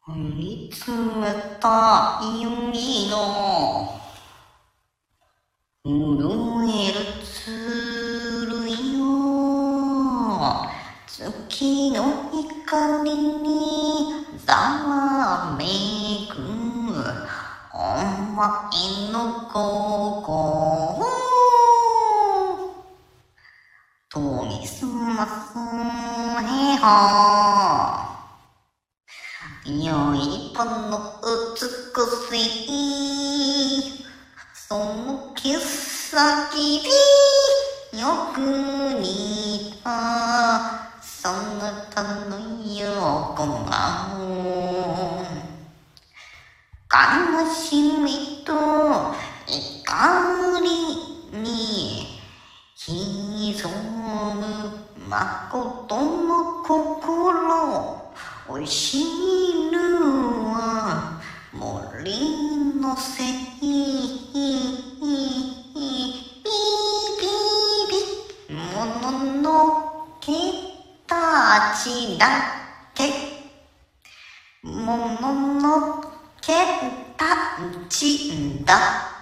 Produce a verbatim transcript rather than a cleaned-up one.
見つめた弓の震える剣よ、月の光にざわめくお前の心研ぎ澄ますへは良い子の美しいその毛先によく似たそなたの横顔悲しみと怒りに潜む誠の心おいしいぬは森のせいピーピーピもののけたちだけもののけたちだ